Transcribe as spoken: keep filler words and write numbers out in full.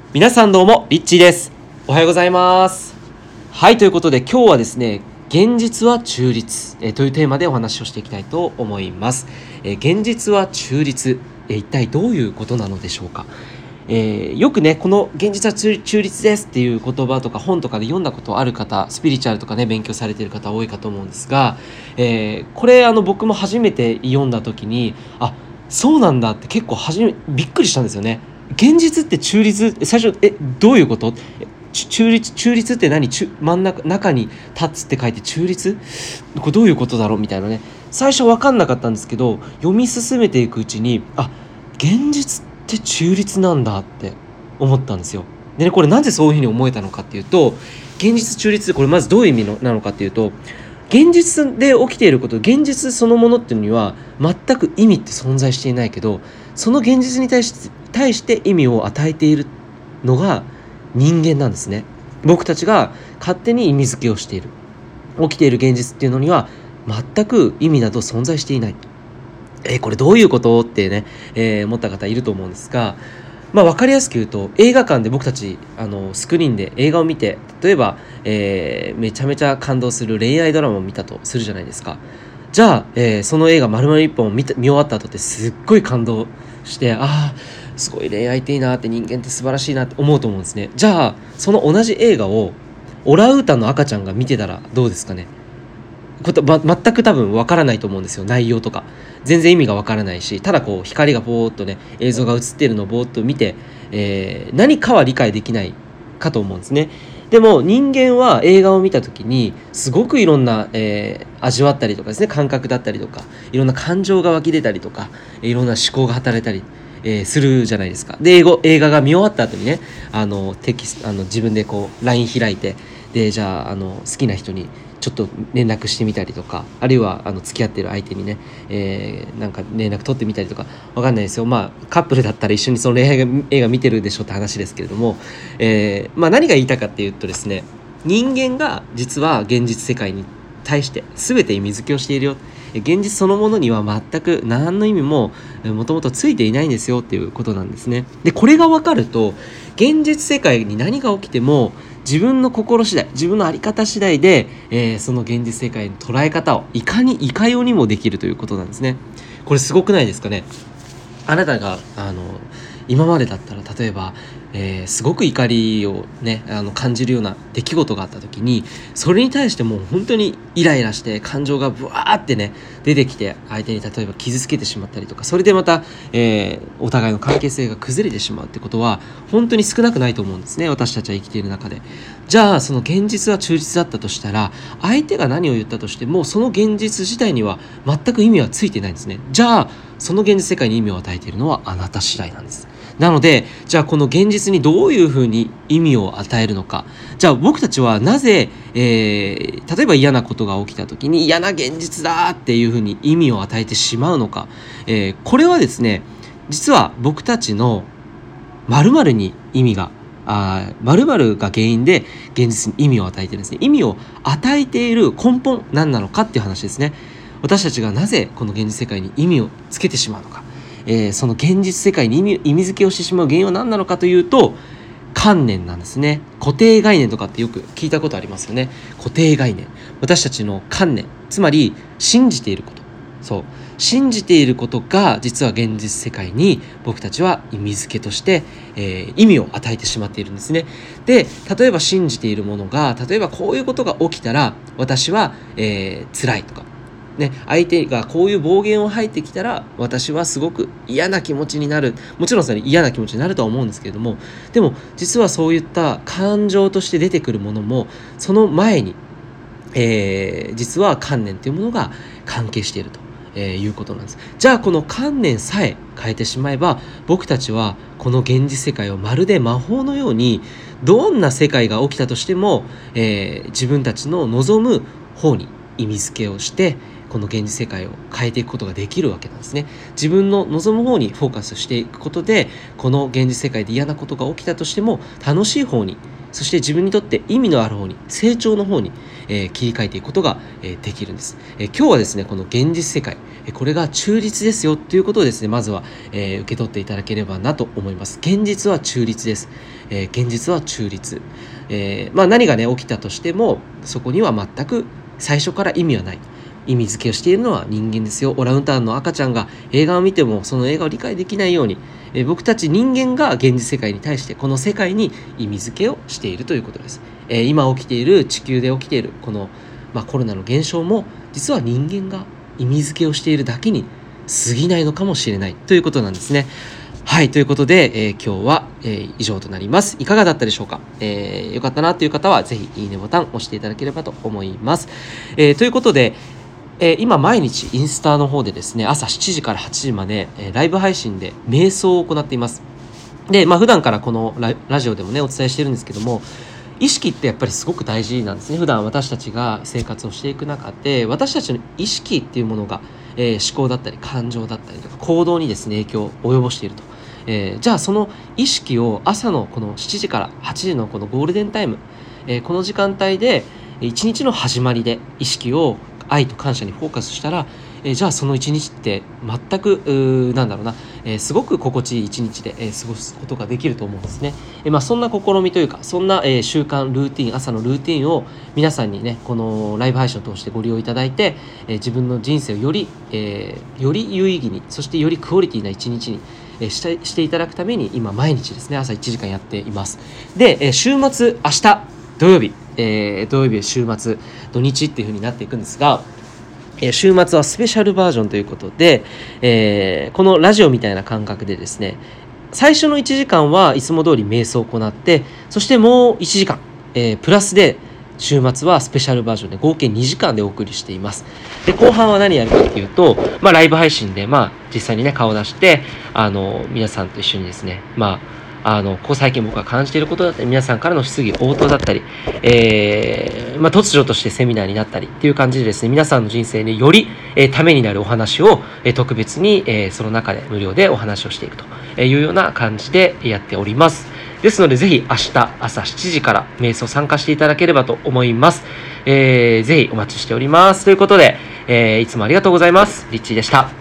皆さんどうも、リッチーです。おはようございます。はい、ということで今日はですね、現実は中立、えー、というテーマでお話をしていきたいと思います。えー、現実は中立、えー、一体どういうことなのでしょうか。えー、よくね、この現実は中中立ですっていう言葉とか本とかで読んだことある方、スピリチュアルとかね、勉強されている方多いかと思うんですが、えー、これあの僕も初めて読んだ時に、あ、そうなんだって結構初めびっくりしたんですよね。現実って中立、最初えどういうこと？え中立中立って何？中真ん中中に立つって書いて中立？これどういうことだろうみたいなね。最初分かんなかったんですけど、読み進めていくうちに、あ、現実って中立なんだって思ったんですよ。でね、これなぜそういうふうに思えたのかっていうと、現実中立ってこれまずどういう意味のなのかっていうと、現実で起きていること、現実そのものっていうのには全く意味って存在していないけど、その現実に対して対して意味を与えているのが人間なんですね。僕たちが勝手に意味付けをしている、起きている現実っていうのには全く意味など存在していない。えーこれどういうことってね、えー思った方いると思うんですが、まあ、分かりやすく言うと、映画館で僕たちあのスクリーンで映画を見て、例えば、えーめちゃめちゃ感動する恋愛ドラマを見たとするじゃないですか。じゃあ、えーその映画丸々一本を見た見終わった後ってすっごい感動して、ああすごい恋愛っていいなって、人間って素晴らしいなって思うと思うんですね。じゃあその同じ映画をオランウータンの赤ちゃんが見てたらどうですかね。こと、ま、全く多分わからないと思うんですよ。内容とか全然意味がわからないし、ただこう光がぼーっとね、映像が映っているのをぼーっと見て、えー何かは理解できないかと思うんですね。でも人間は映画を見た時にすごくいろんな、えー味わったりとかですね、感覚だったりとか、いろんな感情が湧き出たりとか、いろんな思考が働いたり、えーするじゃないですか。で、英語映画が見終わった後にね、あのテキストあの自分でこう ライン 開いて、でじゃあ、あの好きな人にちょっと連絡してみたりとか、あるいはあの付き合ってる相手にね、えーなんか連絡取ってみたりとか、わかんないですよ。まあカップルだったら一緒にその恋愛が映画見てるでしょって話ですけれども、えーまあ、何が言いたかっていうとですね、人間が実は現実世界に対して全て意味付けをしているよ、現実そのものには全く何の意味ももともとついていないんですよっていうことなんですね。でこれが分かると、現実世界に何が起きても自分の心次第、自分の在り方次第で、えーその現実世界の捉え方をいかにいかようにもできるということなんですね。これすごくないですかね。あなたがあの今までだったら、例えば、えーすごく怒りをね、あの感じるような出来事があった時に、それに対してもう本当にイライラして感情がブワーってね出てきて、相手に例えば傷つけてしまったりとか、それでまた、えーお互いの関係性が崩れてしまうってことは本当に少なくないと思うんですね、私たちは生きている中で。じゃあその現実は忠実だったとしたら、相手が何を言ったとしてもその現実自体には全く意味はついてないんですね。じゃあその現実世界に意味を与えているのはあなた次第なんです。なので、じゃあこの現実にどういうふうに意味を与えるのか。じゃあ僕たちはなぜ、えー例えば嫌なことが起きた時に嫌な現実だっていうふうに意味を与えてしまうのか。えーこれはですね、実は僕たちの〇〇に意味が、あー〇〇が原因で現実に意味を与えているんですね。意味を与えている根本何なのかっていう話ですね。私たちがなぜこの現実世界に意味をつけてしまうのか、えーその現実世界に意味、意味付けをしてしまう原因は何なのかというと、観念なんですね。固定概念とかってよく聞いたことありますよね。固定概念、私たちの観念、つまり信じていること、そう信じていることが実は現実世界に僕たちは意味付けとして、えー意味を与えてしまっているんですね。で例えば信じているものが、例えばこういうことが起きたら私は、えー辛いとかね、相手がこういう暴言を吐いてきたら私はすごく嫌な気持ちになる。もちろんそれ嫌な気持ちになるとは思うんですけれども、でも実はそういった感情として出てくるものも、その前に、えー実は観念というものが関係していると、えーいうことなんです。じゃあこの観念さえ変えてしまえば、僕たちはこの現実世界をまるで魔法のように、どんな世界が起きたとしても、えー自分たちの望む方に意味付けをして、この現実世界を変えていくことができるわけなんですね。自分の望む方にフォーカスしていくことで、この現実世界で嫌なことが起きたとしても楽しい方に、そして自分にとって意味のある方に、成長の方に、 えー、切り替えていくことが、えー、できるんです。えー、今日はですねこの現実世界、えー、これが中立ですよということをですねまずは、えー、受け取っていただければなと思います。現実は中立です。えー、現実は中立、えーまあ、何がね起きたとしてもそこには全く最初から意味はない。意味付けをしているのは人間ですよ。オランウータンの赤ちゃんが映画を見てもその映画を理解できないように、えー、僕たち人間が現実世界に対してこの世界に意味付けをしているということです。えー、今起きている地球で起きているこの、まあ、コロナの現象も実は人間が意味付けをしているだけに過ぎないのかもしれないということなんですね。はい、ということで、えー、今日は、えー、以上となります。いかがだったでしょうか。えー、よかったなという方はぜひいいねボタンを押していただければと思います。えー、ということで、えー、今毎日インスタの方でですね朝しちじからはちじまで、えー、ライブ配信で瞑想を行っています。で、まあ、普段からこの ラ, ラジオでもねお伝えしてるんですけども、意識ってやっぱりすごく大事なんですね。普段私たちが生活をしていく中で私たちの意識っていうものが、えー、思考だったり感情だったりとか行動にですね影響を及ぼしていると、えー、じゃあその意識を朝のこのしちじからはちじのこのゴールデンタイム、えー、この時間帯で一日の始まりで意識を愛と感謝にフォーカスしたら、えー、じゃあその一日って全くなんだろうな、えー、すごく心地いい一日で、えー、過ごすことができると思うんですね。えーまあ、そんな試みというかそんな、えー、習慣ルーティン朝のルーティンを皆さんにねこのライブ配信を通してご利用いただいて、えー、自分の人生をより、えー、より有意義にそしてよりクオリティな一日にして、していただくために今毎日ですね朝いちじかんやっています。で、えー、週末明日土曜日、えー、土曜日週末土日っていう風になっていくんですが、えー、週末はスペシャルバージョンということで、えー、このラジオみたいな感覚でですね最初のいちじかんはいつも通り瞑想を行って、そしてもういちじかん、えー、プラスで週末はスペシャルバージョンで合計にじかんでお送りしています。で後半は何やるかっていうと、まあ、ライブ配信で、まあ、実際にね顔を出してあの皆さんと一緒にですね、まああのこう最近僕が感じていることだったり皆さんからの質疑応答だったり、えーまあ、突如としてセミナーになったりっていう感じでですね皆さんの人生により、えー、ためになるお話を、えー、特別に、えー、その中で無料でお話をしていくというような感じでやっております。ですのでぜひ明日朝しちじから瞑想参加していただければと思います。えー、ぜひお待ちしておりますということで、えー、いつもありがとうございます。リッチーでした。